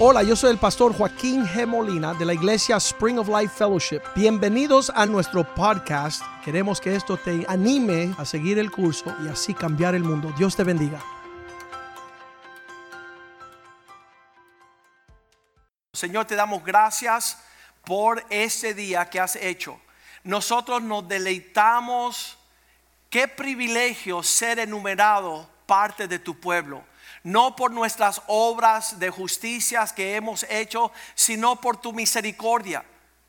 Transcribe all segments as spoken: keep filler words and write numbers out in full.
Hola, yo soy el pastor Joaquín G. Molina de la iglesia Spring of Life Fellowship. Bienvenidos a nuestro podcast. Queremos que esto te anime a seguir el curso y así cambiar el mundo. Dios te bendiga. Señor, te damos gracias por este día que has hecho. Nosotros nos deleitamos. Qué privilegio ser enumerado parte de tu pueblo. No por nuestras obras de justicia que hemos hecho, sino por tu misericordia.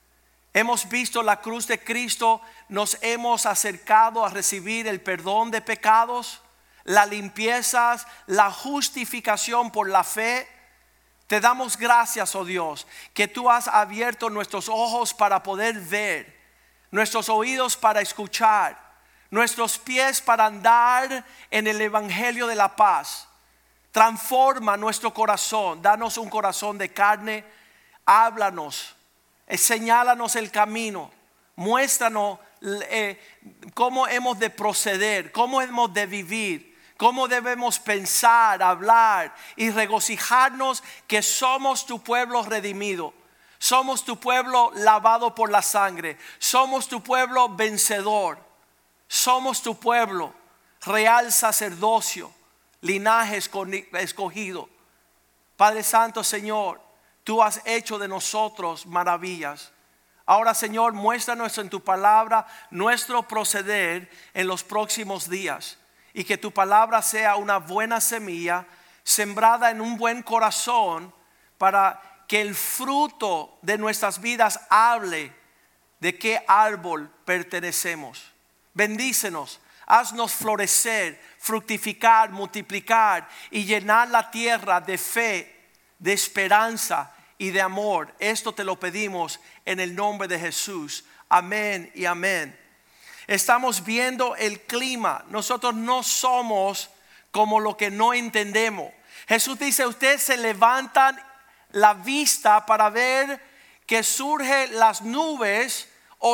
Hemos visto la cruz de Cristo, nos hemos acercado a recibir el perdón de pecados, la limpieza, la justificación por la fe. Te damos gracias, oh Dios, que tú has abierto nuestros ojos para poder ver, nuestros oídos para escuchar, nuestros pies para andar en el evangelio de la paz. Transforma nuestro corazón, danos un corazón de carne, háblanos, eh, señálanos el camino, muéstranos eh, cómo hemos de proceder, cómo hemos de vivir, cómo debemos pensar, hablar y regocijarnos que somos tu pueblo redimido, somos tu pueblo lavado por la sangre, somos tu pueblo vencedor, somos tu pueblo real sacerdocio, linaje escogido. Padre Santo, Señor, tú has hecho de nosotros maravillas. Ahora, Señor, muéstranos en tu palabra nuestro proceder en los próximos días, y que tu palabra sea una buena semilla sembrada en un buen corazón, para que el fruto de nuestras vidas hable de qué árbol pertenecemos. Bendícenos, haznos florecer, fructificar, multiplicar y llenar la tierra de fe, de esperanza y de amor. Esto te lo pedimos en el nombre de Jesús. Amén y amén. Estamos viendo el clima. Nosotros no somos como lo que no entendemos. Jesús dice: ustedes se levantan la vista para ver que surgen las nubes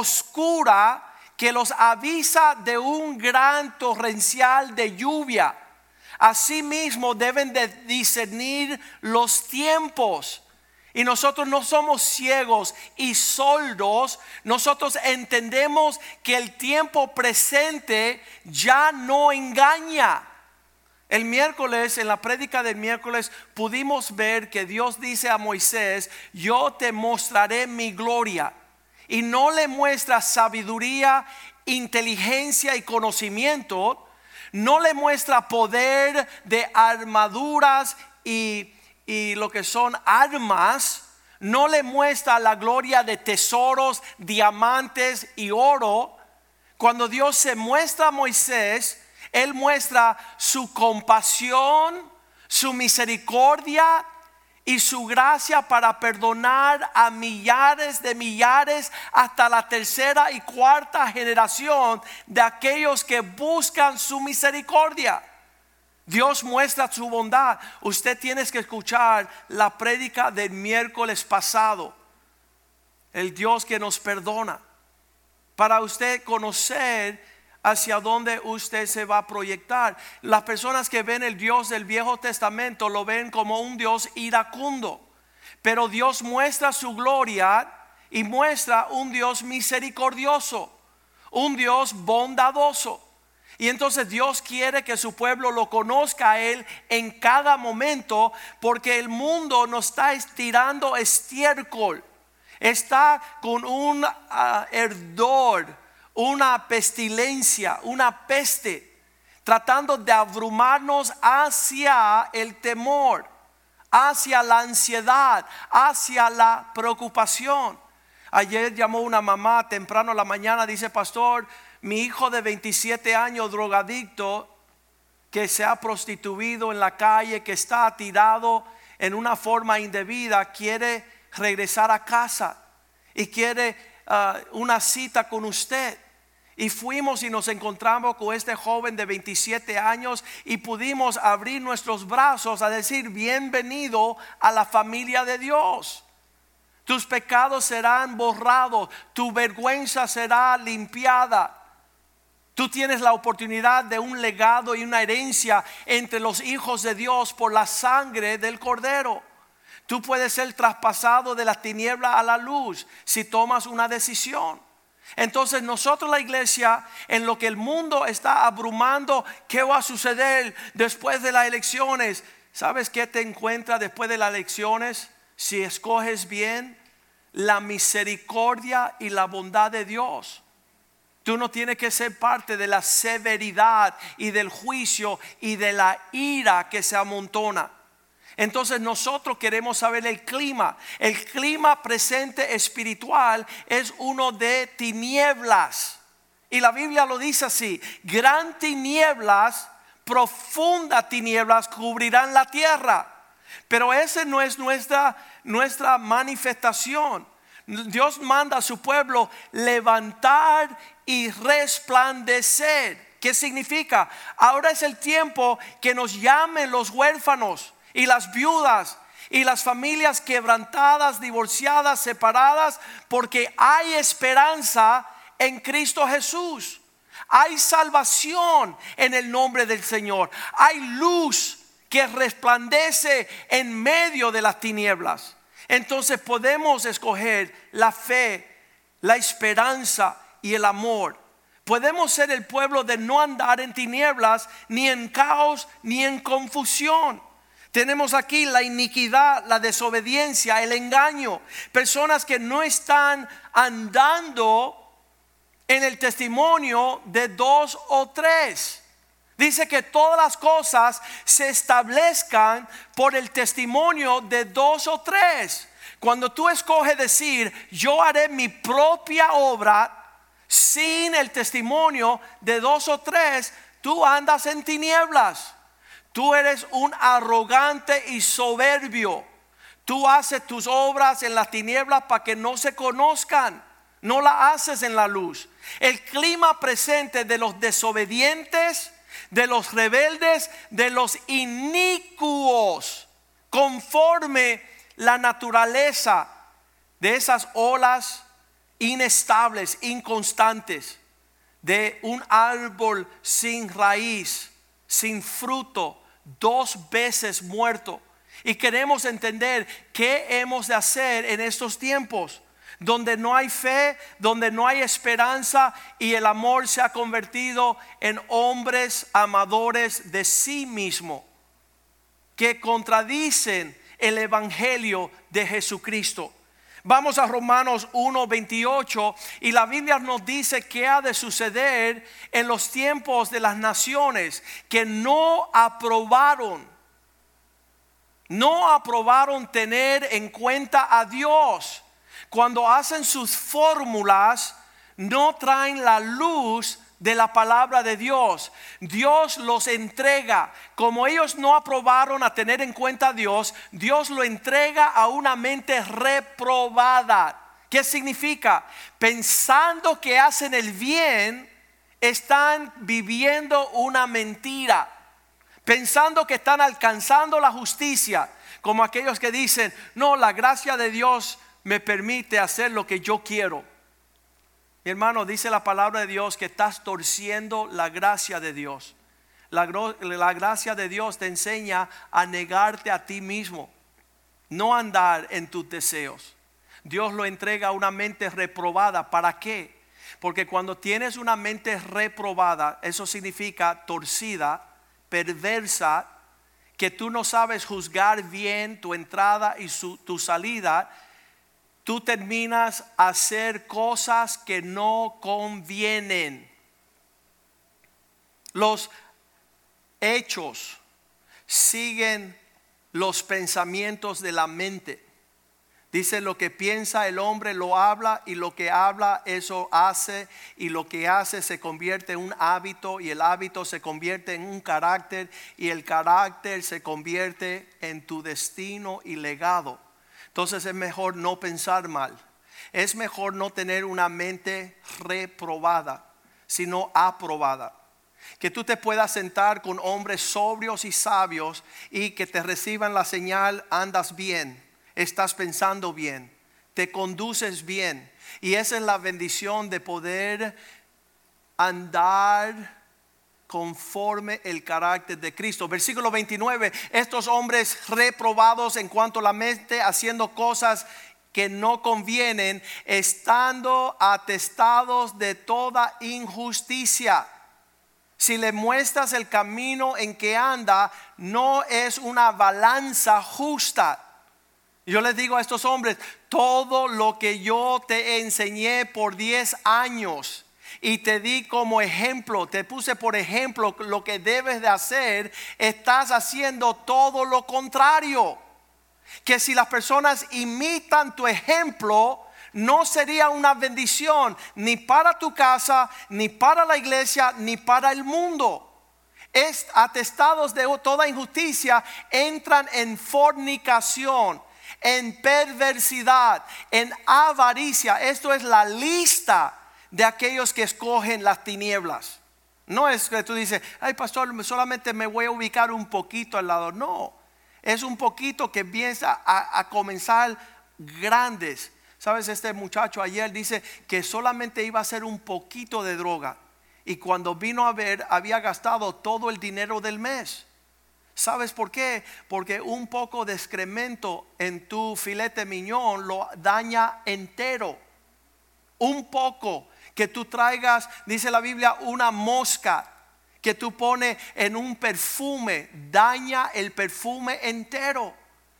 oscuras, que los avisa de un gran torrencial de lluvia. Asimismo deben de discernir los tiempos. Y nosotros no somos ciegos y sordos. Nosotros entendemos que el tiempo presente ya no engaña. El miércoles, en la prédica del miércoles, pudimos ver que Dios dice a Moisés: yo te mostraré mi gloria. Y no le muestra sabiduría, inteligencia y conocimiento. No le muestra poder de armaduras y, y lo que son armas. No le muestra la gloria de tesoros, diamantes y oro. Cuando Dios se muestra a Moisés, Él muestra su compasión, su misericordia y su gracia para perdonar a millares de millares, hasta la tercera y cuarta generación de aquellos que buscan su misericordia. Dios muestra su bondad. Usted tiene que escuchar la prédica del miércoles pasado. El Dios que nos perdona, para usted conocer hacia dónde usted se va a proyectar. Las personas que ven el Dios del Viejo Testamento lo ven como un Dios iracundo, pero Dios muestra su gloria y muestra un Dios misericordioso, un Dios bondadoso. Y entonces Dios quiere que su pueblo lo conozca a Él en cada momento, porque el mundo nos está estirando estiércol, está con un uh, ardor, una pestilencia, una peste, tratando de abrumarnos hacia el temor, hacia la ansiedad, hacia la preocupación. Ayer llamó una mamá temprano a la mañana, dice: pastor, mi hijo de veintisiete años, drogadicto, que se ha prostituido en la calle, que está tirado en una forma indebida, quiere regresar a casa y quiere Uh, una cita con usted. Y fuimos y nos encontramos con este joven de veintisiete años y pudimos abrir nuestros brazos a decir: bienvenido a la familia de Dios. Tus pecados serán borrados, tu vergüenza será limpiada. Tú tienes la oportunidad de un legado y una herencia entre los hijos de Dios por la sangre del Cordero. Tú puedes ser traspasado de las tinieblas a la luz si tomas una decisión. Entonces nosotros, la iglesia, en lo que el mundo está abrumando, ¿qué va a suceder después de las elecciones? ¿Sabes qué te encuentras después de las elecciones? Si escoges bien, la misericordia y la bondad de Dios. Tú no tienes que ser parte de la severidad y del juicio y de la ira que se amontona. Entonces nosotros queremos saber el clima. El clima presente espiritual es uno de tinieblas. Y la Biblia lo dice así: gran tinieblas, profundas tinieblas cubrirán la tierra. Pero esa no es nuestra, nuestra manifestación. Dios manda a su pueblo levantar y resplandecer. ¿Qué significa? Ahora es el tiempo que nos llamen los huérfanos y las viudas y las familias quebrantadas, divorciadas, separadas, porque hay esperanza en Cristo Jesús. Hay salvación en el nombre del Señor. Hay luz que resplandece en medio de las tinieblas. Entonces podemos escoger la fe, la esperanza y el amor. Podemos ser el pueblo de no andar en tinieblas, ni en caos, ni en confusión. Tenemos aquí la iniquidad, la desobediencia, el engaño. Personas que no están andando en el testimonio de dos o tres. Dice que todas las cosas se establezcan por el testimonio de dos o tres. Cuando tú escoges decir, yo haré mi propia obra sin el testimonio de dos o tres, tú andas en tinieblas. Tú eres un arrogante y soberbio. Tú haces tus obras en las tinieblas para que no se conozcan. No las haces en la luz. El clima presente de los desobedientes, de los rebeldes, de los inicuos, conforme la naturaleza de esas olas inestables, inconstantes, de un árbol sin raíz, sin fruto, dos veces muerto. Y queremos entender qué hemos de hacer en estos tiempos donde no hay fe, donde no hay esperanza, y el amor se ha convertido en hombres amadores de sí mismo, que contradicen el evangelio de Jesucristo. Vamos a Romanos uno veintiocho, y la Biblia nos dice qué ha de suceder en los tiempos de las naciones que no aprobaron, no aprobaron tener en cuenta a Dios. Cuando hacen sus fórmulas, no traen la luz de la palabra de Dios. Dios los entrega. Como ellos no aprobaron a tener en cuenta a Dios, Dios lo entrega a una mente reprobada. ¿Qué significa? Pensando que hacen el bien, están viviendo una mentira. Pensando que están alcanzando la justicia, como aquellos que dicen, no, la gracia de Dios me permite hacer lo que yo quiero. Mi hermano, dice la palabra de Dios que estás torciendo la gracia de Dios. La, la gracia de Dios te enseña a negarte a ti mismo, no andar en tus deseos. Dios lo entrega a una mente reprobada. ¿Para qué? Porque cuando tienes una mente reprobada, eso significa torcida, perversa, que tú no sabes juzgar bien tu entrada y su, tu salida. Tú terminas a hacer cosas que no convienen. Los hechos siguen los pensamientos de la mente. Dice, lo que piensa el hombre lo habla, y lo que habla eso hace, y lo que hace se convierte en un hábito, y el hábito se convierte en un carácter, y el carácter se convierte en tu destino y legado. Entonces es mejor no pensar mal. Es mejor no tener una mente reprobada, sino aprobada. Que tú te puedas sentar con hombres sobrios y sabios, y que te reciban la señal, andas bien, estás pensando bien, te conduces bien. Y esa es la bendición de poder andar conforme el carácter de Cristo. Versículo veintinueve, estos hombres reprobados en cuanto a la mente, haciendo cosas que no convienen, estando atestados de toda injusticia. Si le muestras el camino en que anda, no es una balanza justa. Yo les digo a estos hombres, todo lo que yo te enseñé por diez años y te di como ejemplo, te puse por ejemplo lo que debes de hacer, estás haciendo todo lo contrario. Que si las personas imitan tu ejemplo, no sería una bendición ni para tu casa, ni para la iglesia, ni para el mundo. Es atestados de toda injusticia, entran en fornicación, en perversidad, en avaricia. Esto es la lista de aquellos que escogen las tinieblas. No es que tú dices, ay pastor, solamente me voy a ubicar un poquito al lado. No, es un poquito que empieza a, a comenzar grandes. Sabes, este muchacho ayer dice que solamente iba a hacer un poquito de droga, y cuando vino a ver había gastado todo el dinero del mes. ¿Sabes por qué? Porque un poco de excremento en tu filete miñón lo daña entero. Un poco que tú traigas, dice la Biblia, una mosca que tú pones en un perfume, daña el perfume entero.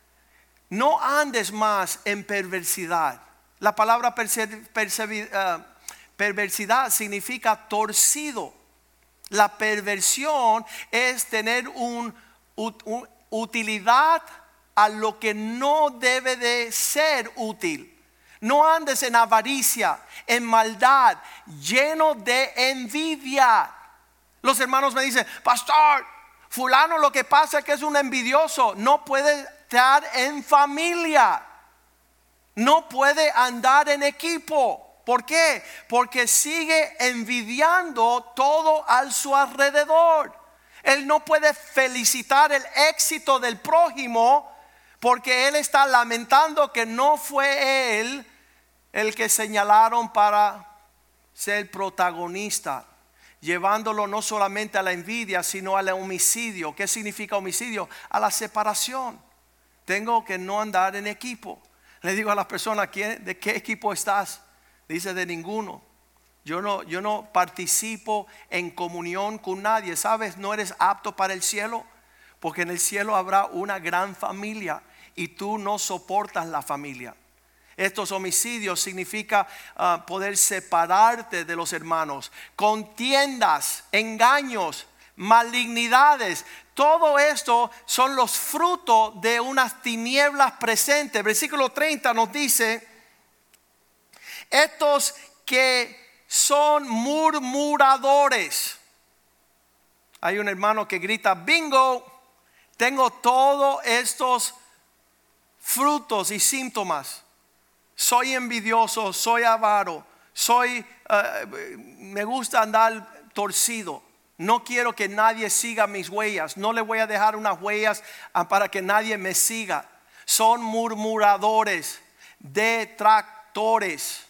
No andes más en perversidad. La palabra perse, perse, uh, perversidad significa torcido. La perversión es tener un, un, utilidad a lo que no debe de ser útil. No andes en avaricia, en maldad, lleno de envidia. Los hermanos me dicen, pastor, fulano lo que pasa es que es un envidioso. No puede estar en familia. No puede andar en equipo. ¿Por qué? Porque sigue envidiando todo a su alrededor. Él no puede felicitar el éxito del prójimo porque él está lamentando que no fue él el que señalaron para ser protagonista, llevándolo no solamente a la envidia, sino al homicidio. ¿Qué significa homicidio? A la separación. Tengo que no andar en equipo. Le digo a las personas, ¿de qué equipo estás? Dice, de ninguno. Yo no, yo no participo en comunión con nadie. ¿Sabes? No eres apto para el cielo, porque en el cielo habrá una gran familia y tú no soportas la familia. Estos homicidios significa uh, poder separarte de los hermanos. Contiendas, engaños, malignidades. Todo esto son los frutos de unas tinieblas presentes. Versículo treinta nos dice, estos que son murmuradores. Hay un hermano que grita, bingo, tengo todos estos frutos y síntomas. Soy envidioso, soy avaro, soy, uh, me gusta andar torcido. No quiero que nadie siga mis huellas. No le voy a dejar unas huellas uh, para que nadie me siga. Son murmuradores, detractores,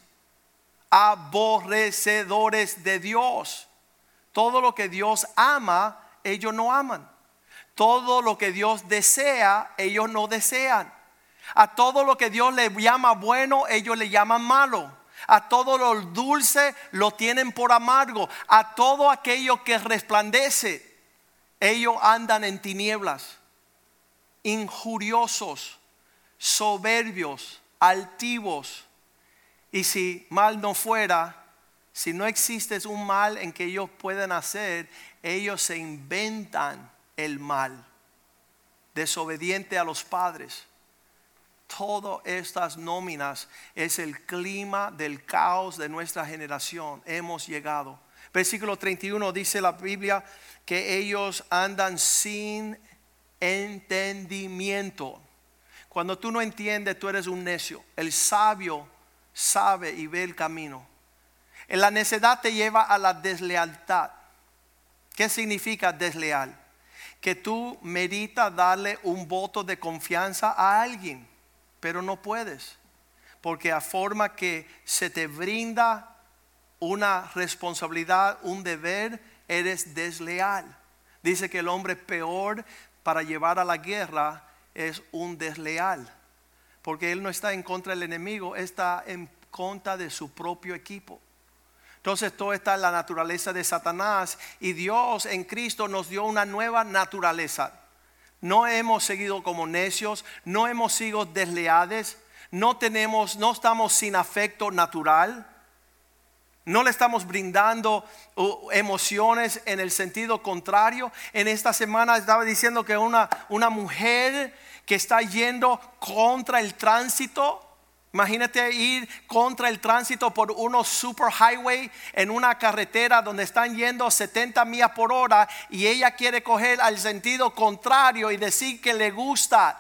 aborrecedores de Dios. Todo lo que Dios ama, ellos no aman. Todo lo que Dios desea, ellos no desean. A todo lo que Dios le llama bueno, ellos le llaman malo. A todo lo dulce lo tienen por amargo. A todo aquello que resplandece, ellos andan en tinieblas. Injuriosos, soberbios, altivos. Y si mal no fuera, si no existe un mal en que ellos puedan hacer, ellos se inventan el mal. Desobediente a los padres. Todas estas nóminas es el clima del caos de nuestra generación. Hemos llegado. Versículo treinta y uno dice la Biblia que ellos andan sin entendimiento. Cuando tú no entiendes, tú eres un necio. El sabio sabe y ve el camino. La necedad te lleva a la deslealtad. ¿Qué significa desleal? Que tú meditas darle un voto de confianza a alguien, pero no puedes, porque a forma que se te brinda una responsabilidad, un deber, eres desleal. Dice que el hombre peor para llevar a la guerra es un desleal, porque él no está en contra del enemigo, está en contra de su propio equipo. Entonces todo está en la naturaleza de Satanás, y Dios en Cristo nos dio una nueva naturaleza. No hemos seguido como necios, no hemos sido desleales, no tenemos, no estamos sin afecto natural. No le estamos brindando uh, emociones en el sentido contrario. En esta semana estaba diciendo que una, una mujer que está yendo contra el tránsito. Imagínate ir contra el tránsito por unos super highway en una carretera donde están yendo setenta millas por hora, y ella quiere coger al sentido contrario y decir que le gusta,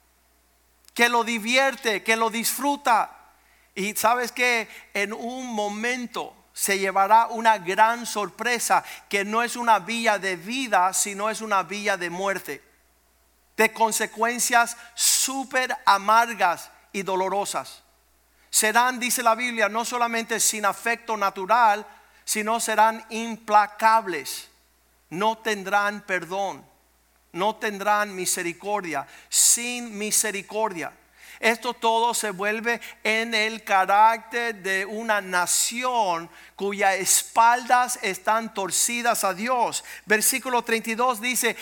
que lo divierte, que lo disfruta. Y sabes que en un momento se llevará una gran sorpresa, que no es una vía de vida, sino es una vía de muerte, de consecuencias súper amargas y dolorosas. Serán, dice la Biblia, no solamente sin afecto natural, sino serán implacables. No tendrán perdón, no tendrán misericordia, sin misericordia. Esto todo se vuelve en el carácter de una nación cuyas espaldas están torcidas a Dios. Versículo treinta y dos dice: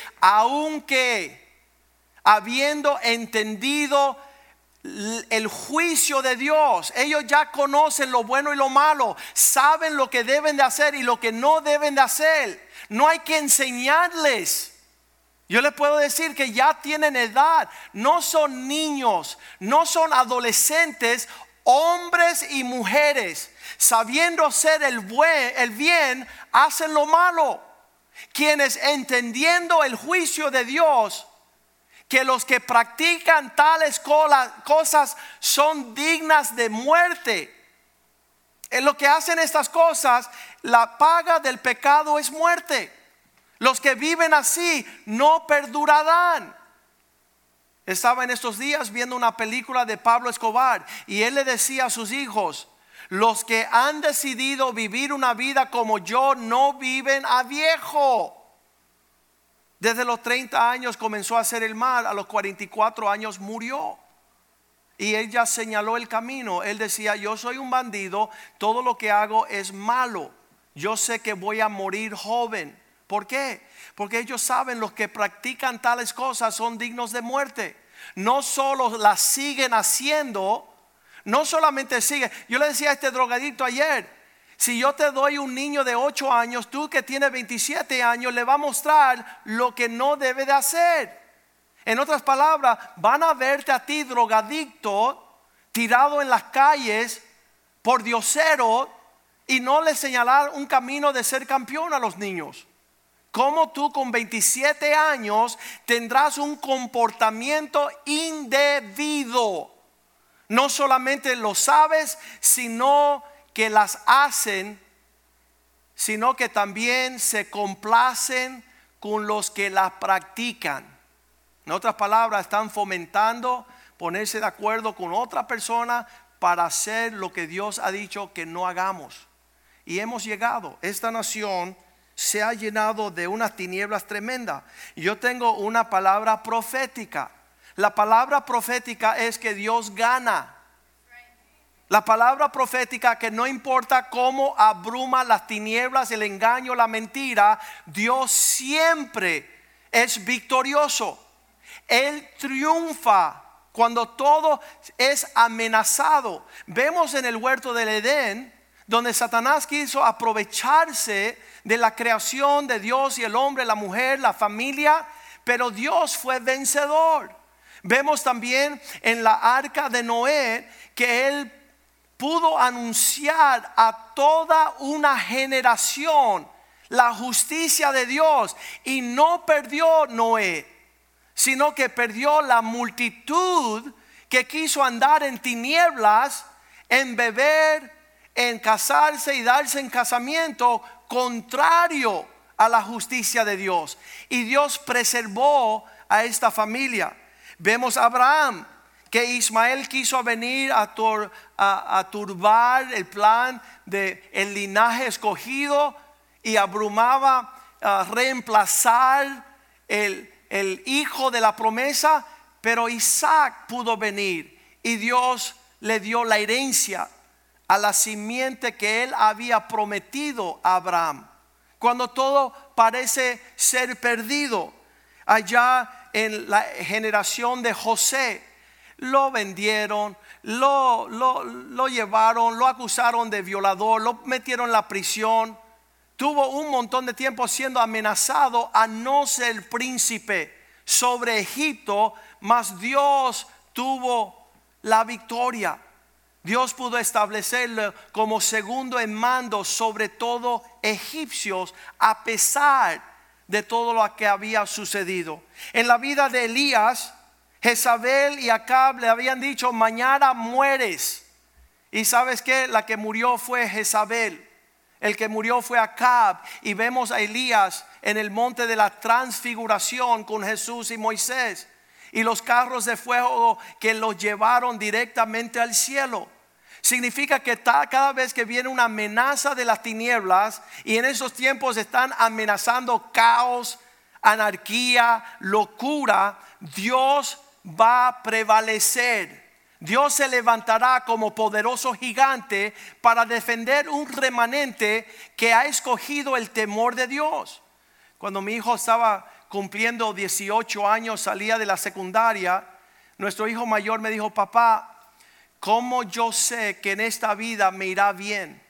aunque habiendo entendido el juicio de Dios, ellos ya conocen lo bueno y lo malo, saben lo que deben de hacer y lo que no deben de hacer. No hay que enseñarles. Yo les puedo decir que ya tienen edad, no son niños, no son adolescentes, hombres y mujeres, sabiendo hacer el, buen, el bien, hacen lo malo. Quienes, entendiendo el juicio de Dios, que los que practican tales cosas son dignas de muerte. En lo que hacen estas cosas, la paga del pecado es muerte. Los que viven así no perdurarán. Estaba en estos días viendo una película de Pablo Escobar, y él le decía a sus hijos: los que han decidido vivir una vida como yo no viven a viejo. Desde los treinta años comenzó a hacer el mal, a los cuarenta y cuatro años murió. Y él ya señaló el camino. Él decía: yo soy un bandido, todo lo que hago es malo. Yo sé que voy a morir joven. ¿Por qué? Porque ellos saben, los que practican tales cosas son dignos de muerte. No solo las siguen haciendo, no solamente siguen. Yo le decía a este drogadicto ayer: si yo te doy un niño de ocho años, tú que tienes veintisiete años, le va a mostrar lo que no debe de hacer. En otras palabras, van a verte a ti, drogadicto, tirado en las calles por diosero, y no le señalar un camino de ser campeón a los niños. ¿Cómo tú con veintisiete años tendrás un comportamiento indebido? No solamente lo sabes, sino que las hacen, sino que también se complacen con los que las practican. En otras palabras, están fomentando ponerse de acuerdo con otra persona para hacer lo que Dios ha dicho que no hagamos. Y hemos llegado, esta nación se ha llenado de unas tinieblas tremendas. Yo tengo una palabra profética. La palabra profética es que Dios gana. La palabra profética, que no importa cómo abruma las tinieblas, el engaño, la mentira, Dios siempre es victorioso. Él triunfa cuando todo es amenazado. Vemos en el huerto del Edén, donde Satanás quiso aprovecharse de la creación de Dios y el hombre, la mujer, la familia, pero Dios fue vencedor. Vemos también en la arca de Noé que él pudo anunciar a toda una generación la justicia de Dios, y no perdió Noé, sino que perdió la multitud que quiso andar en tinieblas, en beber, en casarse y darse en casamiento contrario a la justicia de Dios. Y Dios preservó a esta familia. Vemos a Abraham, que Ismael quiso venir a, tur, a, a turbar el plan del linaje escogido, y abrumaba uh, reemplazar el, el hijo de la promesa, pero Isaac pudo venir y Dios le dio la herencia a la simiente que él había prometido a Abraham. Cuando todo parece ser perdido, allá en la generación de José, lo vendieron, lo, lo, lo llevaron, lo acusaron de violador, lo metieron en la prisión. Tuvo un montón de tiempo siendo amenazado a no ser príncipe sobre Egipto, mas Dios tuvo la victoria. Dios pudo establecerlo como segundo en mando sobre todo egipcios, a pesar de todo lo que había sucedido. En la vida de Elías, Jezabel y Acab le habían dicho: mañana mueres. Y sabes que la que murió fue Jezabel, el que murió fue Acab. Y vemos a Elías en el monte de la transfiguración con Jesús y Moisés, y los carros de fuego que los llevaron directamente al cielo. Significa que cada vez que viene una amenaza de las tinieblas, y en esos tiempos están amenazando caos, anarquía, locura, Dios va a prevalecer. Dios se levantará como poderoso gigante para defender un remanente que ha escogido el temor de Dios. Cuando mi hijo estaba cumpliendo dieciocho años, salía de la secundaria, nuestro hijo mayor me dijo: papá, ¿cómo yo sé que en esta vida me irá bien?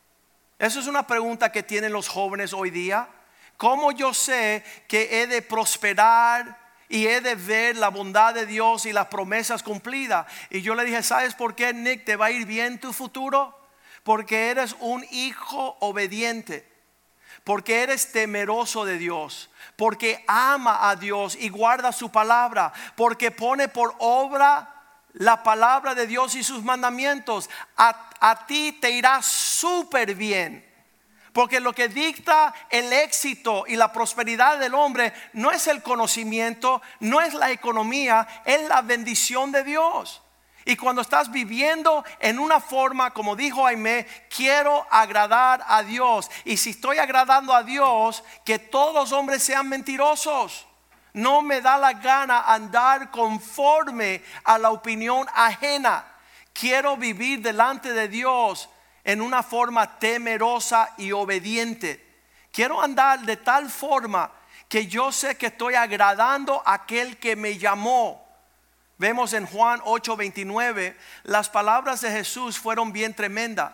Eso es una pregunta que tienen los jóvenes hoy día. ¿Cómo yo sé que he de prosperar y he de ver la bondad de Dios y las promesas cumplidas? Y yo le dije: ¿sabes por qué, Nick, te va a ir bien tu futuro? Porque eres un hijo obediente, porque eres temeroso de Dios, porque ama a Dios y guarda su palabra, porque pone por obra la palabra de Dios y sus mandamientos. A, a ti te irá súper bien. Porque lo que dicta el éxito y la prosperidad del hombre no es el conocimiento, no es la economía, es la bendición de Dios. Y cuando estás viviendo en una forma, como dijo Aimé, quiero agradar a Dios. Y si estoy agradando a Dios, que todos los hombres sean mentirosos. No me da la gana andar conforme a la opinión ajena. Quiero vivir delante de Dios en una forma temerosa y obediente. Quiero andar de tal forma que yo sé que estoy agradando a aquel que me llamó. Vemos en Juan ocho veintinueve, las palabras de Jesús fueron bien tremendas.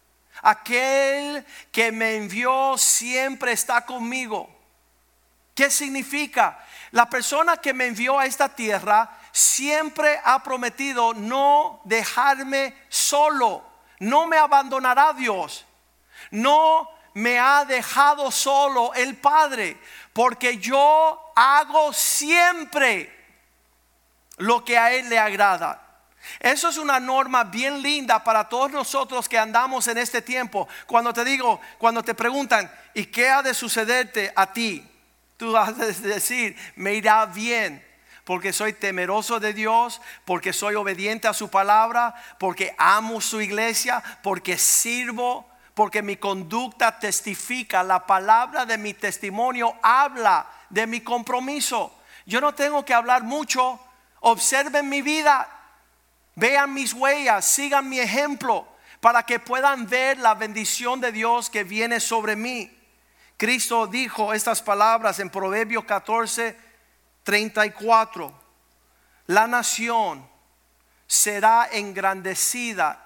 Aquel que me envió siempre está conmigo. ¿Qué significa? La persona que me envió a esta tierra siempre ha prometido no dejarme solo. No me abandonará Dios. No me ha dejado solo el Padre, porque yo hago siempre lo que a Él le agrada. Eso es una norma bien linda para todos nosotros que andamos en este tiempo. Cuando te digo, cuando te preguntan: ¿y qué ha de sucederte a ti? Tú vas a decir: me irá bien, porque soy temeroso de Dios, porque soy obediente a su palabra, porque amo su iglesia, porque sirvo, porque mi conducta testifica. La palabra de mi testimonio habla de mi compromiso. Yo no tengo que hablar mucho. Observen mi vida, vean mis huellas, sigan mi ejemplo, para que puedan ver la bendición de Dios que viene sobre mí. Cristo dijo estas palabras en Proverbios catorce treinta y cuatro: la nación será engrandecida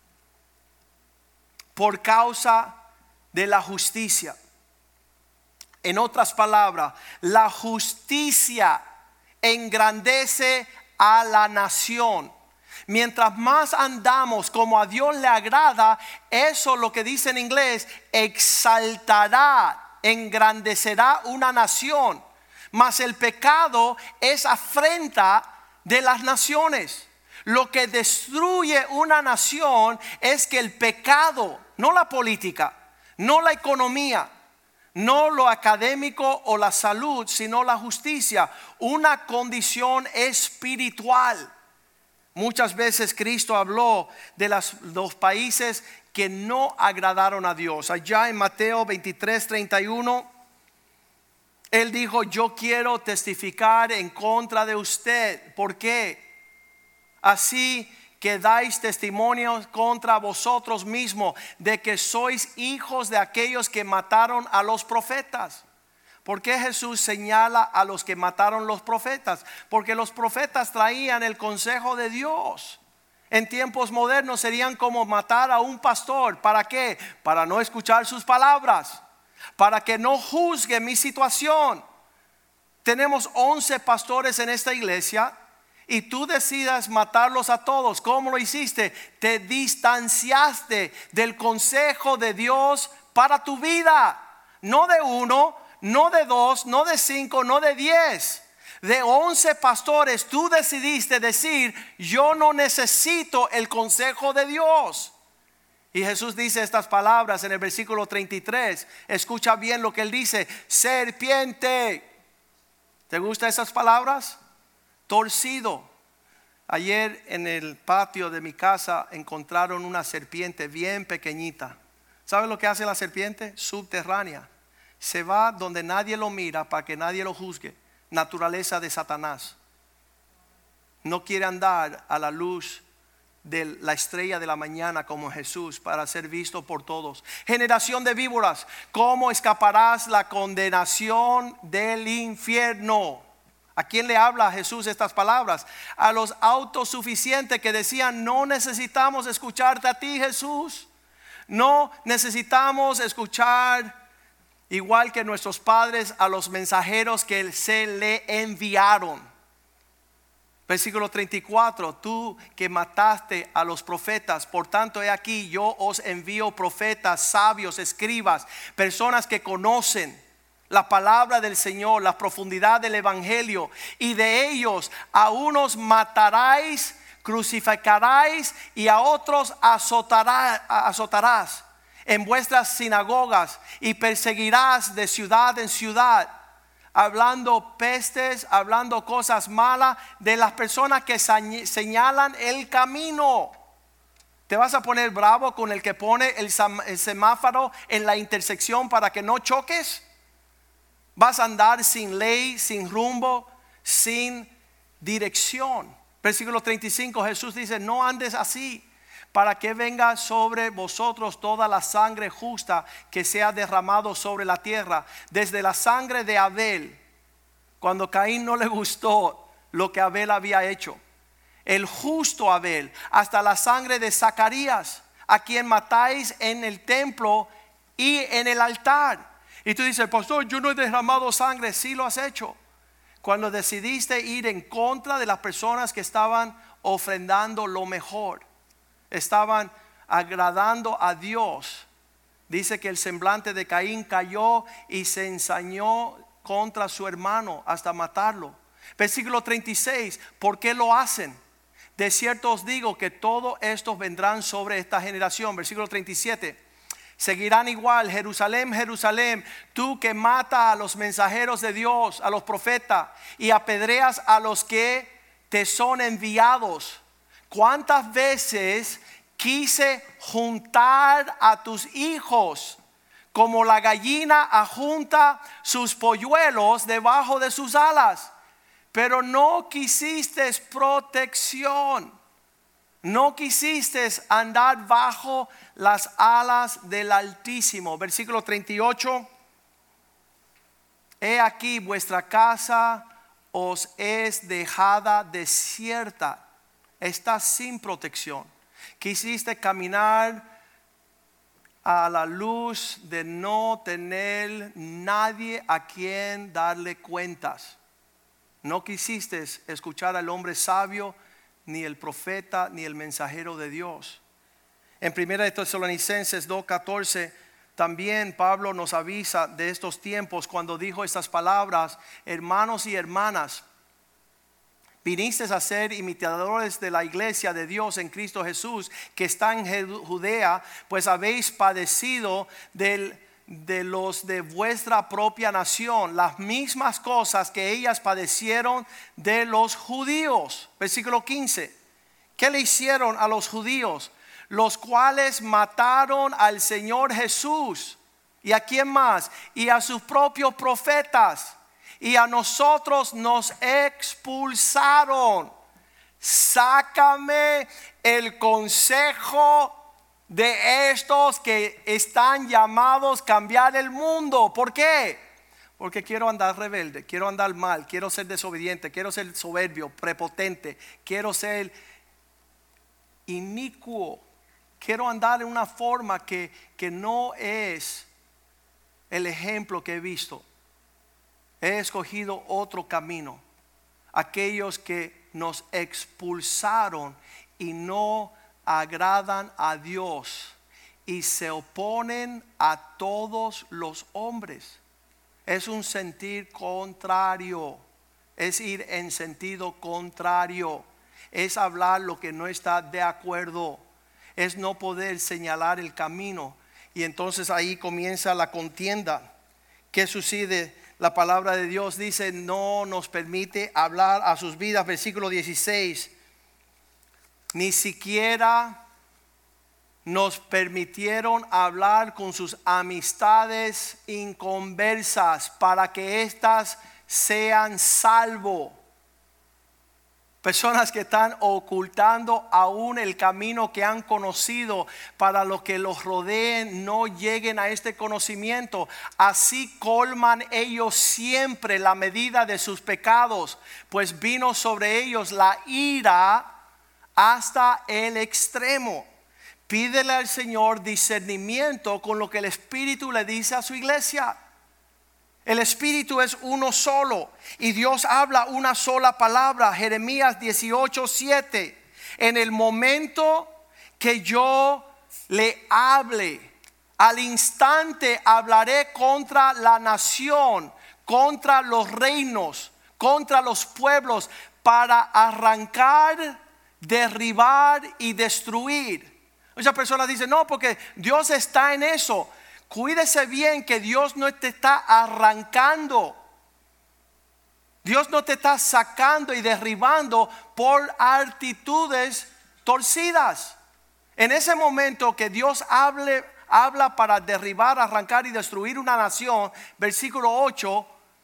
por causa de la justicia. En otras palabras, la justicia engrandece a la nación. Mientras más andamos como a Dios le agrada, eso, lo que dice en inglés, exaltará, engrandecerá una nación. Mas el pecado es afrenta de las naciones. Lo que destruye una nación es que el pecado, no la política, no la economía, no lo académico o la salud, sino la justicia, una condición espiritual. Muchas veces Cristo habló de las, los países que no agradaron a Dios. Allá en Mateo veintitrés treinta y uno Él dijo, yo quiero testificar en contra de usted. ¿Por qué? Así que dais testimonio contra vosotros mismos de que sois hijos de aquellos que mataron a los profetas. ¿Por qué Jesús señala a los que mataron los profetas? Porque los profetas traían el consejo de Dios. En tiempos modernos serían como matar a un pastor. ¿Para qué? Para no escuchar sus palabras, para que no juzgue mi situación. Tenemos once pastores en esta iglesia y tú decidas matarlos a todos. ¿Cómo lo hiciste? Te distanciaste del consejo de Dios para tu vida. No de uno, no de dos, no de cinco, no de diez. De once pastores tú decidiste decir, yo no necesito el consejo de Dios. Y Jesús dice estas palabras en el versículo treinta y tres. Escucha bien lo que él dice: serpiente. ¿Te gustan esas palabras? Torcido. Ayer en el patio de mi casa encontraron una serpiente bien pequeñita. ¿Sabe lo que hace la serpiente? Subterránea. Se va donde nadie lo mira para que nadie lo juzgue. Naturaleza de Satanás. No quiere andar a la luz de la estrella de la mañana como Jesús para ser visto por todos. Generación de víboras, ¿cómo escaparás la condenación del infierno? ¿A quién le habla Jesús estas palabras? A los autosuficientes que decían, no necesitamos escucharte a ti, Jesús. No necesitamos escuchar, igual que nuestros padres, a los mensajeros que se le enviaron. Versículo treinta y cuatro, tú que mataste a los profetas, por tanto he aquí yo os envío profetas, sabios, escribas, personas que conocen la palabra del Señor, la profundidad del evangelio, y de ellos a unos mataráis, crucificaráis, y a otros azotará, azotarás en vuestras sinagogas, y perseguirás de ciudad en ciudad, hablando pestes, hablando cosas malas de las personas que señalan el camino. ¿Te vas a poner bravo con el que pone el semáforo en la intersección para que no choques? ¿Vas a andar sin ley, sin rumbo, sin dirección? Versículo treinta y cinco, Jesús dice, no andes así, para que venga sobre vosotros toda la sangre justa que sea derramado sobre la tierra, desde la sangre de Abel, cuando Caín no le gustó lo que Abel había hecho, el justo Abel, hasta la sangre de Zacarías, a quien matáis en el templo y en el altar. Y tú dices, pastor, yo no he derramado sangre. Sí lo has hecho. Cuando decidiste ir en contra de las personas que estaban ofrendando lo mejor, estaban agradando a Dios. Dice que el semblante de Caín cayó y se ensañó contra su hermano hasta matarlo. Versículo treinta y seis, ¿por qué lo hacen? De cierto os digo que todos estos vendrán sobre esta generación. Versículo treinta y siete, seguirán igual, Jerusalén, Jerusalén, tú que matas a los mensajeros de Dios, a los profetas, y apedreas a los que te son enviados. ¿Cuántas veces quise juntar a tus hijos como la gallina ajunta sus polluelos debajo de sus alas? Pero no quisiste protección. No quisiste andar bajo las alas del Altísimo. Versículo treinta y ocho. He aquí vuestra casa os es dejada desierta. Está sin protección. Quisiste caminar a la luz de no tener nadie a quien darle cuentas. No quisiste escuchar al hombre sabio, ni el profeta, ni el mensajero de Dios. En primera de Tesalonicenses dos catorce, también Pablo nos avisa de estos tiempos cuando dijo estas palabras: hermanos y hermanas, vinisteis a ser imitadores de la iglesia de Dios en Cristo Jesús, que está en Judea, pues habéis padecido del, de los de vuestra propia nación las mismas cosas que ellas padecieron de los judíos. Versículo quince. ¿Qué le hicieron a los judíos? Los cuales mataron al Señor Jesús. ¿Y a quién más? Y a sus propios profetas. y a nosotros nos expulsaron. Sácame el consejo de estos que están llamados a cambiar el mundo. ¿Por qué? Porque quiero andar rebelde, quiero andar mal, quiero ser desobediente, quiero ser soberbio, prepotente, quiero ser inicuo, quiero andar en una forma que, que no es el ejemplo que he visto. He escogido otro camino. Aquellos que nos expulsaron y no agradan a Dios y se oponen a todos los hombres. Es un sentir contrario, es ir en sentido contrario, es hablar lo que no está de acuerdo, es no poder señalar el camino. Y entonces ahí comienza la contienda. ¿Qué sucede? La palabra de Dios dice, no nos permite hablar a sus vidas. Versículo dieciséis. Ni siquiera nos permitieron hablar con sus amistades inconversas para que éstas sean salvo. Personas que están ocultando aún el camino que han conocido para los que los rodeen no lleguen a este conocimiento. Así colman ellos siempre la medida de sus pecados, pues vino sobre ellos la ira hasta el extremo. Pídele al Señor discernimiento con lo que el Espíritu le dice a su iglesia. El Espíritu es uno solo y Dios habla una sola palabra. Jeremías dieciocho siete. En el momento que yo le hable, al instante hablaré contra la nación, contra los reinos, contra los pueblos, para arrancar, derribar y destruir. Muchas personas dicen, no, porque Dios está en eso. Cuídese bien que Dios no te está arrancando. Dios no te está sacando y derribando por actitudes torcidas. En ese momento que Dios hable, habla para derribar, arrancar y destruir una nación, versículo ocho.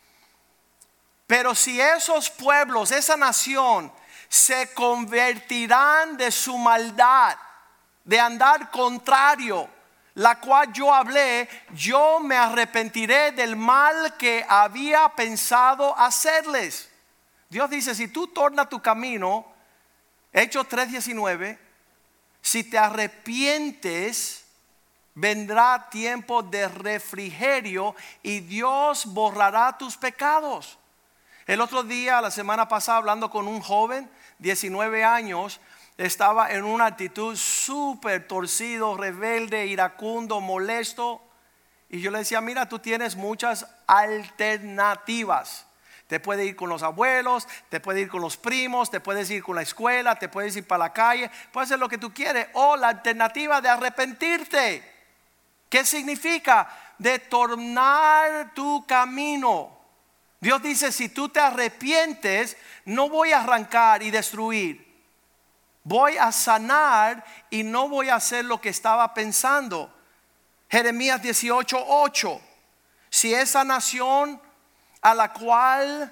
Pero si esos pueblos, esa nación, se convertirán de su maldad, de andar contrario, la cual yo hablé, yo me arrepentiré del mal que había pensado hacerles. Dios dice, si tú tornas tu camino, Hechos tres diecinueve, si te arrepientes, vendrá tiempo de refrigerio y Dios borrará tus pecados. El otro día, la semana pasada, hablando con un joven, diecinueve años, estaba en una actitud súper torcido, rebelde, iracundo, molesto. Y yo le decía, mira, tú tienes muchas alternativas. Te puedes ir con los abuelos, te puedes ir con los primos, te puedes ir con la escuela, te puedes ir para la calle, puedes hacer lo que tú quieres. O la alternativa de arrepentirte. ¿Qué significa? De tornar tu camino. Dios dice, si tú te arrepientes, no voy a arrancar y destruir. Voy a sanar y no voy a hacer lo que estaba pensando. Jeremías dieciocho ocho. Si esa nación a la cual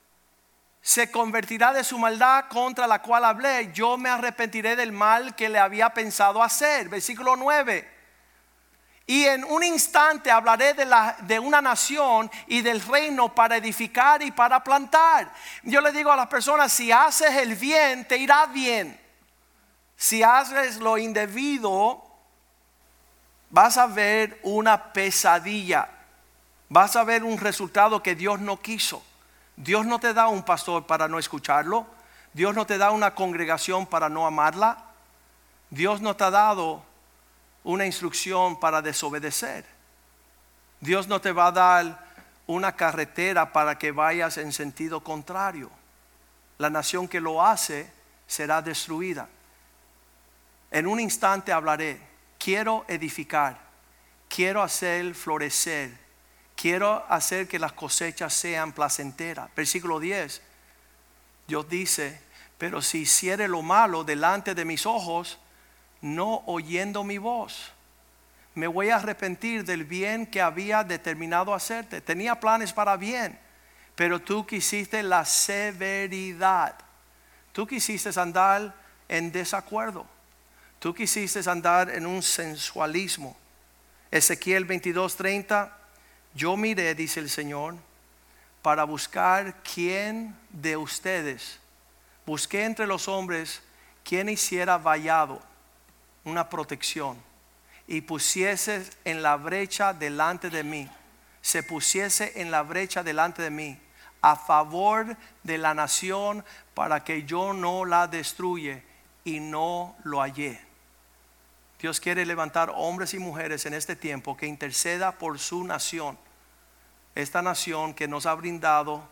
se convertirá de su maldad contra la cual hablé, yo me arrepentiré del mal que le había pensado hacer. Versículo nueve. Y en un instante hablaré de, la, de una nación y del reino para edificar y para plantar. Yo le digo a las personas, si haces el bien, te irá bien. Si haces lo indebido, vas a ver una pesadilla. Vas a ver un resultado que Dios no quiso. Dios no te da un pastor para no escucharlo. Dios no te da una congregación para no amarla. Dios no te ha dado una instrucción para desobedecer. Dios no te va a dar una carretera para que vayas en sentido contrario. La nación que lo hace será destruida. En un instante hablaré. Quiero edificar. Quiero hacer florecer. Quiero hacer que las cosechas sean placenteras. Versículo diez. Dios dice, pero si hiciere lo malo delante de mis ojos, no oyendo mi voz, me voy a arrepentir del bien que había determinado hacerte. Tenía planes para bien, pero tú quisiste la severidad. Tú quisiste andar en desacuerdo. Tú quisiste andar en un sensualismo. Ezequiel veintidós treinta. Yo miré, dice el Señor, para buscar quién de ustedes. Busqué entre los hombres quien hiciera vallado, una protección, y pusiese en la brecha delante de mí. Se pusiese en la brecha delante de mí a favor de la nación, para que yo no la destruya, y no lo hallé. Dios quiere levantar hombres y mujeres en este tiempo que interceda por su nación. Esta nación que nos ha brindado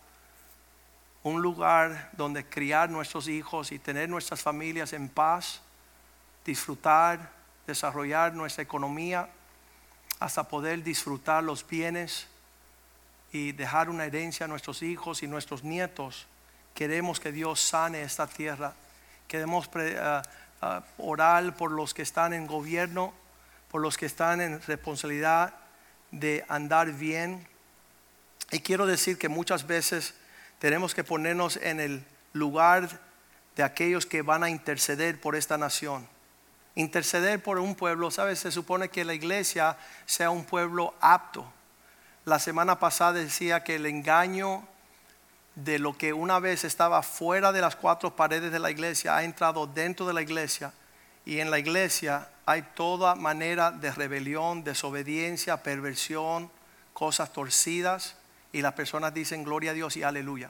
un lugar donde criar nuestros hijos y tener nuestras familias en paz, disfrutar, desarrollar nuestra economía, hasta poder disfrutar los bienes y dejar una herencia a nuestros hijos y nuestros nietos. Queremos que Dios sane esta tierra. Queremos pre, uh, uh, orar por los que están en gobierno, por los que están en responsabilidad de andar bien. Y quiero decir que muchas veces tenemos que ponernos en el lugar de aquellos que van a interceder por esta nación. Interceder por un pueblo, ¿sabes? Se supone que la iglesia sea un pueblo apto. La semana pasada decía que el engaño de lo que una vez estaba fuera de las cuatro paredes de la iglesia ha entrado dentro de la iglesia, y en la iglesia hay toda manera de rebelión, desobediencia, perversión, cosas torcidas, y las personas dicen gloria a Dios y aleluya.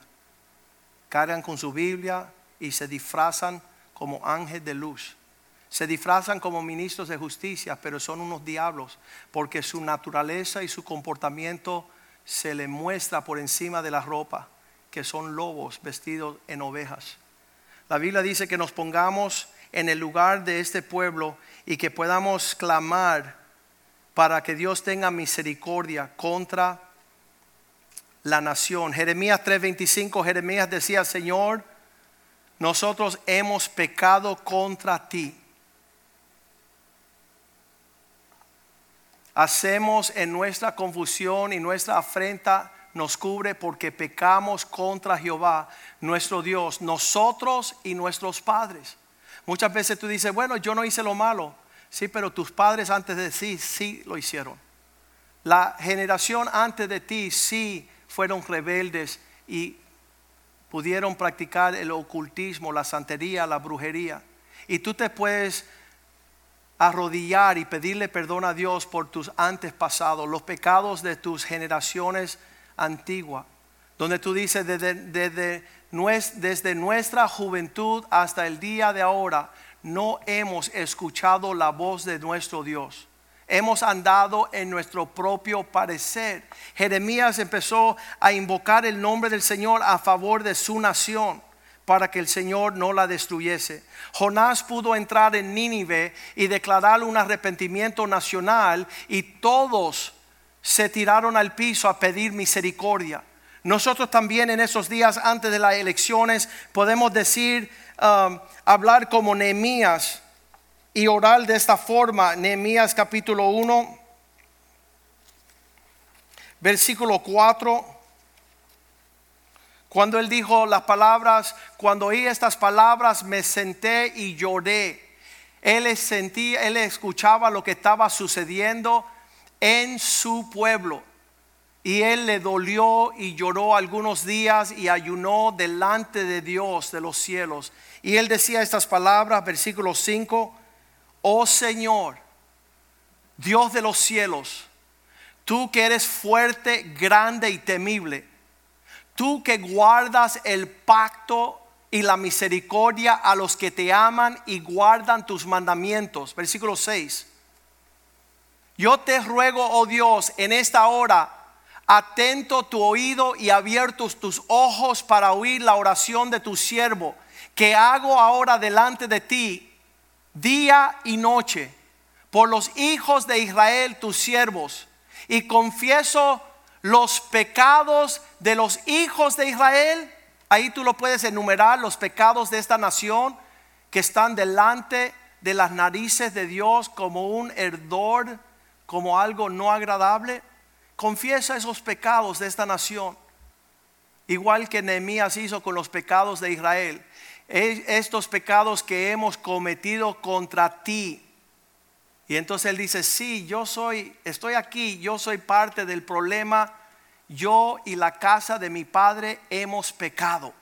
Cargan con su Biblia y se disfrazan como ángeles de luz. Se disfrazan como ministros de justicia, pero son unos diablos, porque su naturaleza y su comportamiento se le muestra por encima de la ropa, que son lobos vestidos en ovejas. La Biblia dice que nos pongamos en el lugar de este pueblo y que podamos clamar para que Dios tenga misericordia contra la nación. Jeremías tres veinticinco, Jeremías decía: Señor, nosotros hemos pecado contra ti. Hacemos en nuestra confusión y nuestra afrenta nos cubre, porque pecamos contra Jehová nuestro Dios, nosotros y nuestros padres. Muchas veces tú dices, bueno, yo no hice lo malo. Sí, pero tus padres antes de ti sí lo hicieron. La generación antes de ti sí fueron rebeldes y pudieron practicar el ocultismo, la santería, la brujería. Y tú te puedes arrodillar y pedirle perdón a Dios por tus antepasados, los pecados de tus generaciones antiguas, donde tú dices desde, desde, desde nuestra juventud hasta el día de ahora no hemos escuchado la voz de nuestro Dios. Hemos andado en nuestro propio parecer. Jeremías empezó a invocar el nombre del Señor a favor de su nación, para que el Señor no la destruyese. Jonás pudo entrar en Nínive y declarar un arrepentimiento nacional, y todos se tiraron al piso a pedir misericordia. Nosotros también en esos días antes de las elecciones podemos decir, um, hablar como Nehemías y orar de esta forma. Nehemías capítulo uno, versículo cuatro. Cuando él dijo las palabras, cuando oí estas palabras me senté y lloré. Él sentía, él escuchaba lo que estaba sucediendo en su pueblo, y él le dolió y lloró algunos días y ayunó delante de Dios de los cielos. Y él decía estas palabras, versículo cinco: oh Señor, Dios de los cielos, tú que eres fuerte, grande y temible, tú que guardas el pacto y la misericordia a los que te aman y guardan tus mandamientos. Versículo seis. Yo te ruego, oh Dios, en esta hora, atento tu oído y abiertos tus ojos para oír la oración de tu siervo, que hago ahora delante de ti día y noche por los hijos de Israel, tus siervos, y confieso los pecados de los hijos de Israel. Ahí tú lo puedes enumerar, los pecados de esta nación que están delante de las narices de Dios como un hedor, como algo no agradable. Confiesa esos pecados de esta nación. igual que Nehemías hizo con los pecados de Israel. Estos pecados que hemos cometido contra ti. Y entonces él dice, sí, yo soy, estoy aquí, yo soy parte del problema. Yo y la casa de mi padre hemos pecado.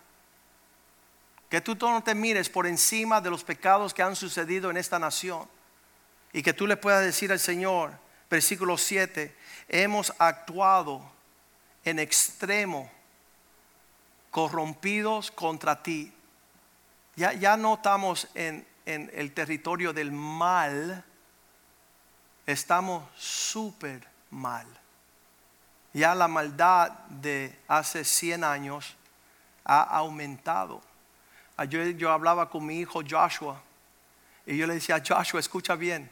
Que tú no te mires por encima de los pecados que han sucedido en esta nación. Y que tú le puedas decir al Señor, versículo siete, hemos actuado en extremo, corrompidos contra ti. Ya, ya no estamos en, en el territorio del mal, estamos súper mal. Ya la maldad de hace cien años ha aumentado. Yo, yo hablaba con mi hijo Joshua y yo le decía, Joshua, escucha bien.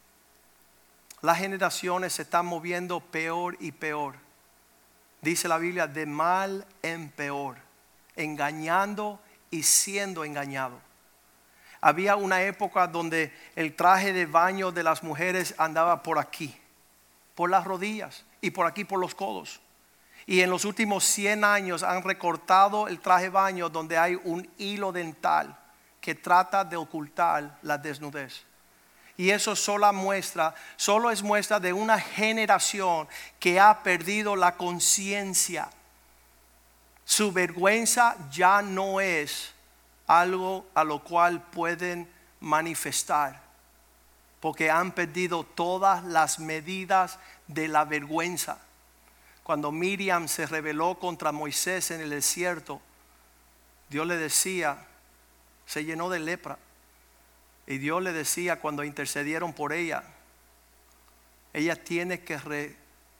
Las generaciones se están moviendo peor y peor. Dice la Biblia, de mal en peor, engañando y siendo engañado. Había una época donde el traje de baño de las mujeres andaba por aquí, por las rodillas y por aquí por los codos. Y en los últimos cien años han recortado el traje de baño donde hay un hilo dental que trata de ocultar la desnudez. Y eso solo muestra, solo es muestra de una generación que ha perdido la conciencia. Su vergüenza ya no es algo a lo cual pueden manifestar, porque han perdido todas las medidas de la vergüenza. Cuando Miriam se rebeló contra Moisés en el desierto, Dios le decía, se llenó de lepra. Y Dios le decía cuando intercedieron por ella, ella tiene que re,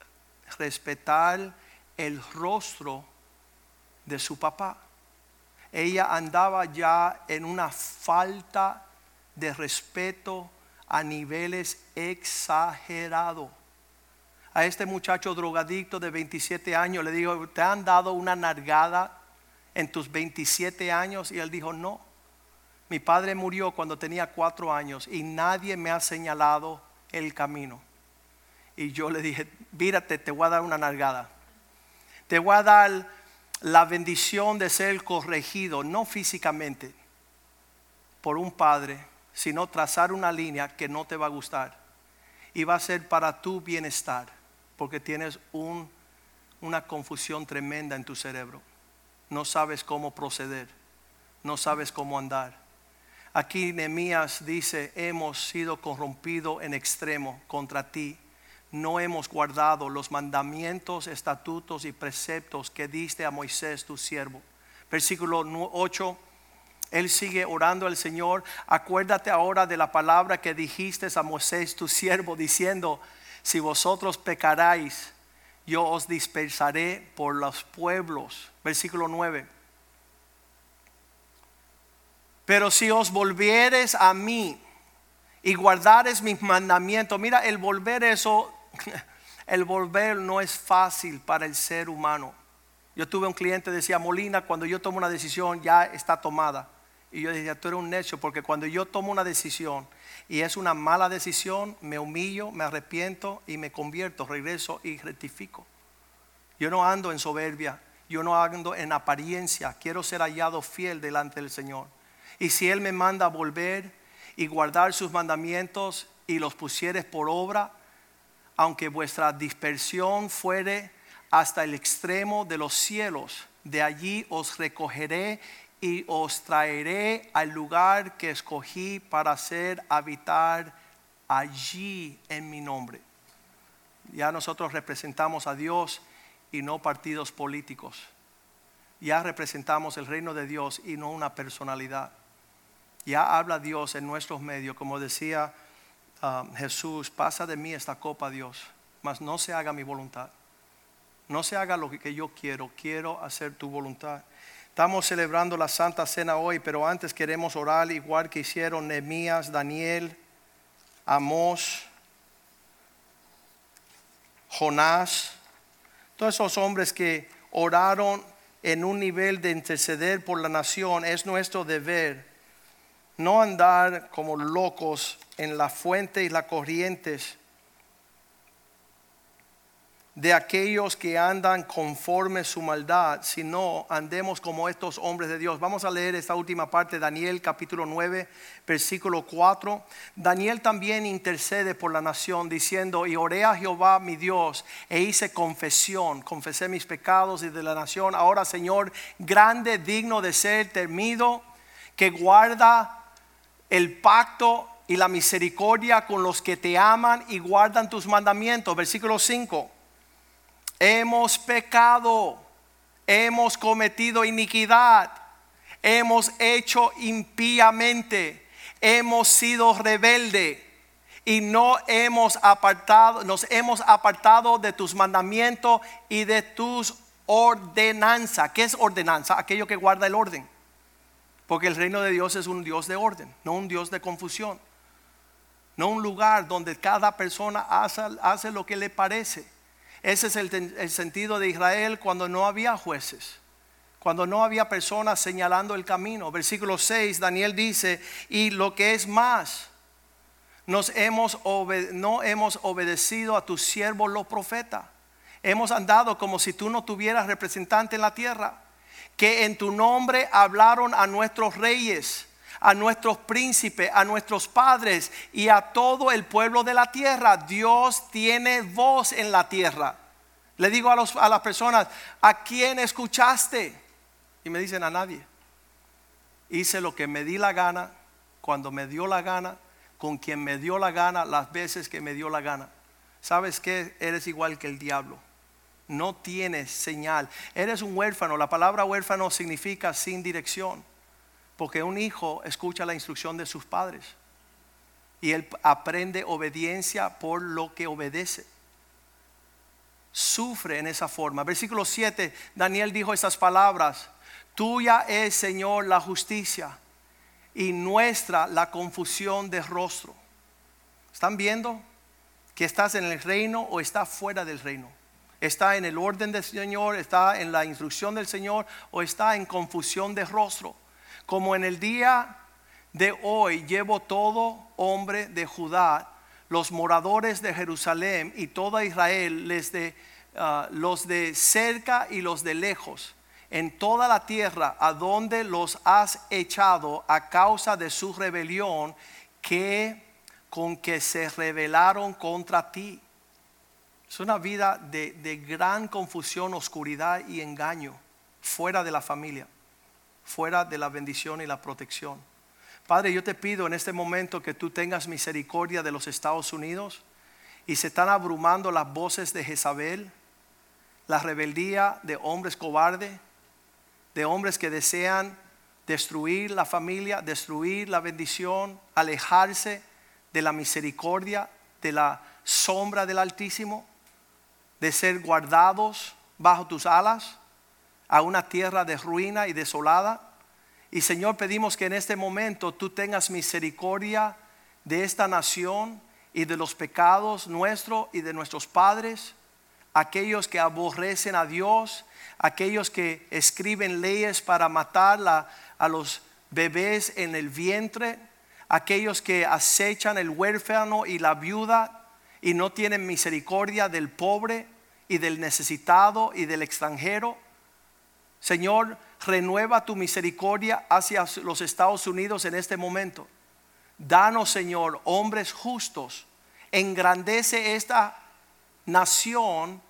respetar el rostro de su papá. Ella andaba ya en una falta de respeto a niveles exagerados. A este muchacho drogadicto de veintisiete años le dijo, ¿te han dado una nalgada en tus veintisiete años? Y él dijo, no. Mi padre murió cuando tenía cuatro años y nadie me ha señalado el camino. Y yo le dije, mírate, te voy a dar una nalgada. Te voy a dar la bendición de ser corregido, no físicamente, por un padre, sino trazar una línea que no te va a gustar. Y va a ser para tu bienestar, porque tienes un, una confusión tremenda en tu cerebro. No sabes cómo proceder, no sabes cómo andar. Aquí Nehemías dice, hemos sido corrompidos en extremo contra ti. No hemos guardado los mandamientos, estatutos y preceptos que diste a Moisés tu siervo. Versículo ocho, él sigue orando al Señor. Acuérdate ahora de la palabra que dijiste a Moisés tu siervo, diciendo, si vosotros pecaráis, yo os dispersaré por los pueblos. Versículo nueve. Pero si os volvieres a mí y guardares mis mandamientos. Mira, el volver eso, el volver no es fácil para el ser humano. Yo tuve un cliente que decía, Molina, cuando yo tomo una decisión ya está tomada. Y yo decía, tú eres un necio, porque cuando yo tomo una decisión y es una mala decisión, me humillo, me arrepiento y me convierto, regreso y rectifico. Yo no ando en soberbia, yo no ando en apariencia, quiero ser hallado fiel delante del Señor. Y si Él me manda a volver y guardar sus mandamientos y los pusieres por obra, aunque vuestra dispersión fuere hasta el extremo de los cielos, de allí os recogeré y os traeré al lugar que escogí para hacer habitar allí en mi nombre. Ya nosotros representamos a Dios y no partidos políticos. Ya representamos el reino de Dios y no una personalidad. Ya habla Dios en nuestros medios, como decía uh, Jesús, pasa de mí esta copa, Dios, mas no se haga mi voluntad. No se haga lo que yo quiero, quiero hacer tu voluntad. Estamos celebrando la Santa Cena hoy, pero antes queremos orar igual que hicieron Nehemías, Daniel, Amós, Jonás. Todos esos hombres que oraron en un nivel de interceder por la nación. Es nuestro deber no andar como locos en la fuente y las corrientes de aquellos que andan conforme su maldad, sino andemos como estos hombres de Dios. Vamos a leer esta última parte, Daniel capítulo nueve, versículo cuatro. Daniel también intercede por la nación, diciendo: y oré a Jehová mi Dios, e hice confesión, confesé mis pecados y de la nación. Ahora, Señor, grande, digno de ser temido, que guarda el pacto y la misericordia con los que te aman y guardan tus mandamientos. Versículo cinco. Hemos pecado, hemos cometido iniquidad, hemos hecho impíamente, hemos sido rebelde y no hemos apartado, nos hemos apartado de tus mandamientos y de tus ordenanzas. ¿Qué es ordenanza? Aquello que guarda el orden. Porque el reino de Dios es un Dios de orden, no un Dios de confusión. No un lugar donde cada persona hace, hace lo que le parece. Ese es el, el sentido de Israel cuando no había jueces, cuando no había personas señalando el camino. Versículo seis, Daniel dice: y lo que es más, nos hemos obede- no hemos obedecido a tus siervos los profetas. Hemos andado como si tú no tuvieras representante en la tierra, que en tu nombre hablaron a nuestros reyes, a nuestros príncipes, a nuestros padres y a todo el pueblo de la tierra. Dios tiene voz en la tierra. Le digo a, los, a las personas: ¿a quién escuchaste? Y me dicen: a nadie. Hice lo que me di la gana, cuando me dio la gana, con quien me dio la gana, las veces que me dio la gana. ¿Sabes qué? Eres igual que el diablo. No tienes señal. Eres un huérfano. La palabra huérfano significa sin dirección. Porque un hijo escucha la instrucción de sus padres y él aprende obediencia por lo que obedece. Sufre en esa forma. Versículo siete, Daniel dijo estas palabras: tuya es, Señor, la justicia y nuestra la confusión de rostro. ¿Están viendo que estás en el reino o estás fuera del reino? ¿Está en el orden del Señor? ¿Está en la instrucción del Señor? ¿O está en confusión de rostro? Como en el día de hoy llevo todo hombre de Judá, los moradores de Jerusalén y toda Israel, les de, uh, los de cerca y los de lejos, en toda la tierra a donde los has echado a causa de su rebelión, que con que se rebelaron contra ti. Es una vida de, de gran confusión, oscuridad y engaño, fuera de la familia, fuera de la bendición y la protección. Padre, yo te pido en este momento que tú tengas misericordia de los Estados Unidos. Y se están abrumando las voces de Jezabel, la rebeldía de hombres cobardes, de hombres que desean destruir la familia, destruir la bendición, alejarse de la misericordia, de la sombra del Altísimo, de ser guardados bajo tus alas a una tierra de ruina y desolada. Y Señor, pedimos que en este momento tú tengas misericordia de esta nación y de los pecados nuestros y de nuestros padres, aquellos que aborrecen a Dios, aquellos que escriben leyes para matar la, a los bebés en el vientre, aquellos que acechan el huérfano y la viuda y no tienen misericordia del pobre y del necesitado y del extranjero. Señor, renueva tu misericordia hacia los Estados Unidos en este momento. Danos, Señor, hombres justos. Engrandece esta nación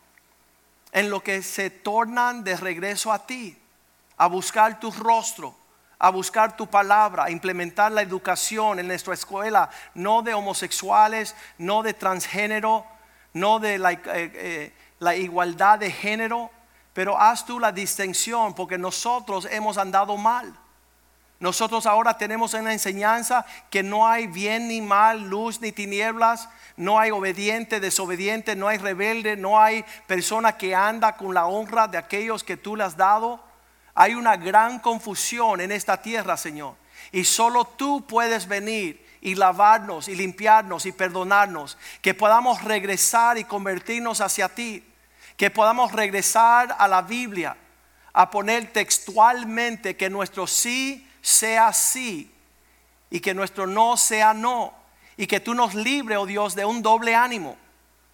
en lo que se tornan de regreso a ti, a buscar tu rostro, a buscar tu palabra, a implementar la educación en nuestra escuela, no de homosexuales, no de transgénero, no de la, eh, eh, la igualdad de género. Pero haz tú la distinción, porque nosotros hemos andado mal. Nosotros ahora tenemos una enseñanza que no hay bien ni mal, luz ni tinieblas, no hay obediente, desobediente, no hay rebelde, no hay persona que anda con la honra de aquellos que tú le has dado. Hay una gran confusión en esta tierra, Señor, y solo tú puedes venir y lavarnos y limpiarnos y perdonarnos, que podamos regresar y convertirnos hacia ti. Que podamos regresar a la Biblia, a poner textualmente que nuestro sí sea sí y que nuestro no sea no. Y que tú nos libre, oh Dios, de un doble ánimo.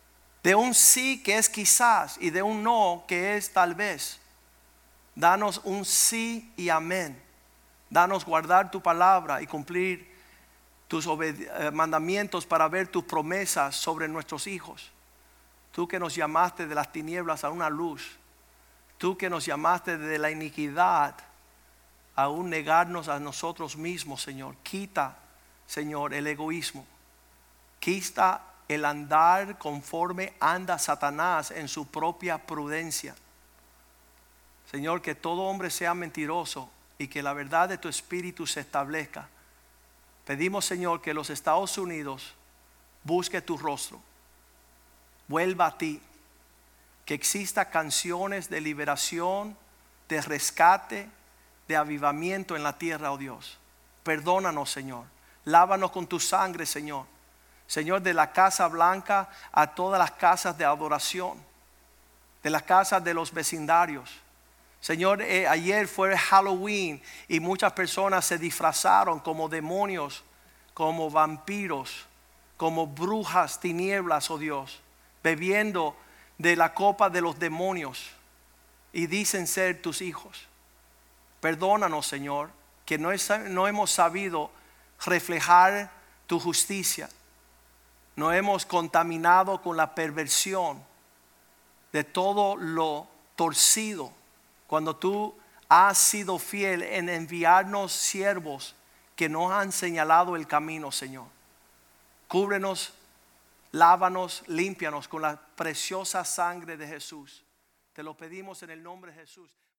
de un sí que es quizás y de un no que es tal vez. Danos un sí y amén. Danos guardar tu palabra y cumplir tus mandamientos para ver tus promesas sobre nuestros hijos. Tú que nos llamaste de las tinieblas a una luz. Tú que nos llamaste de la iniquidad a un negarnos a nosotros mismos, Señor. Quita, Señor, el egoísmo. Quita el andar conforme anda Satanás en su propia prudencia. Señor, que todo hombre sea mentiroso y que la verdad de tu espíritu se establezca. Pedimos, Señor, que los Estados Unidos busque tu rostro, vuelva a ti, que exista canciones de liberación, de rescate, de avivamiento en la tierra, oh Dios. Perdónanos, Señor. Lávanos con tu sangre, Señor. Señor, de la Casa Blanca a todas las casas de adoración, de las casas de los vecindarios. Señor, eh, ayer fue Halloween y muchas personas se disfrazaron como demonios, como vampiros, como brujas, tinieblas, oh Dios, bebiendo de la copa de los demonios y dicen ser tus hijos. Perdónanos, Señor, que no, es, no hemos sabido reflejar tu justicia. No hemos contaminado con la perversión de todo lo torcido. Cuando tú has sido fiel en enviarnos siervos que nos han señalado el camino, Señor. Cúbrenos, lávanos, límpianos con la preciosa sangre de Jesús. Te lo pedimos en el nombre de Jesús.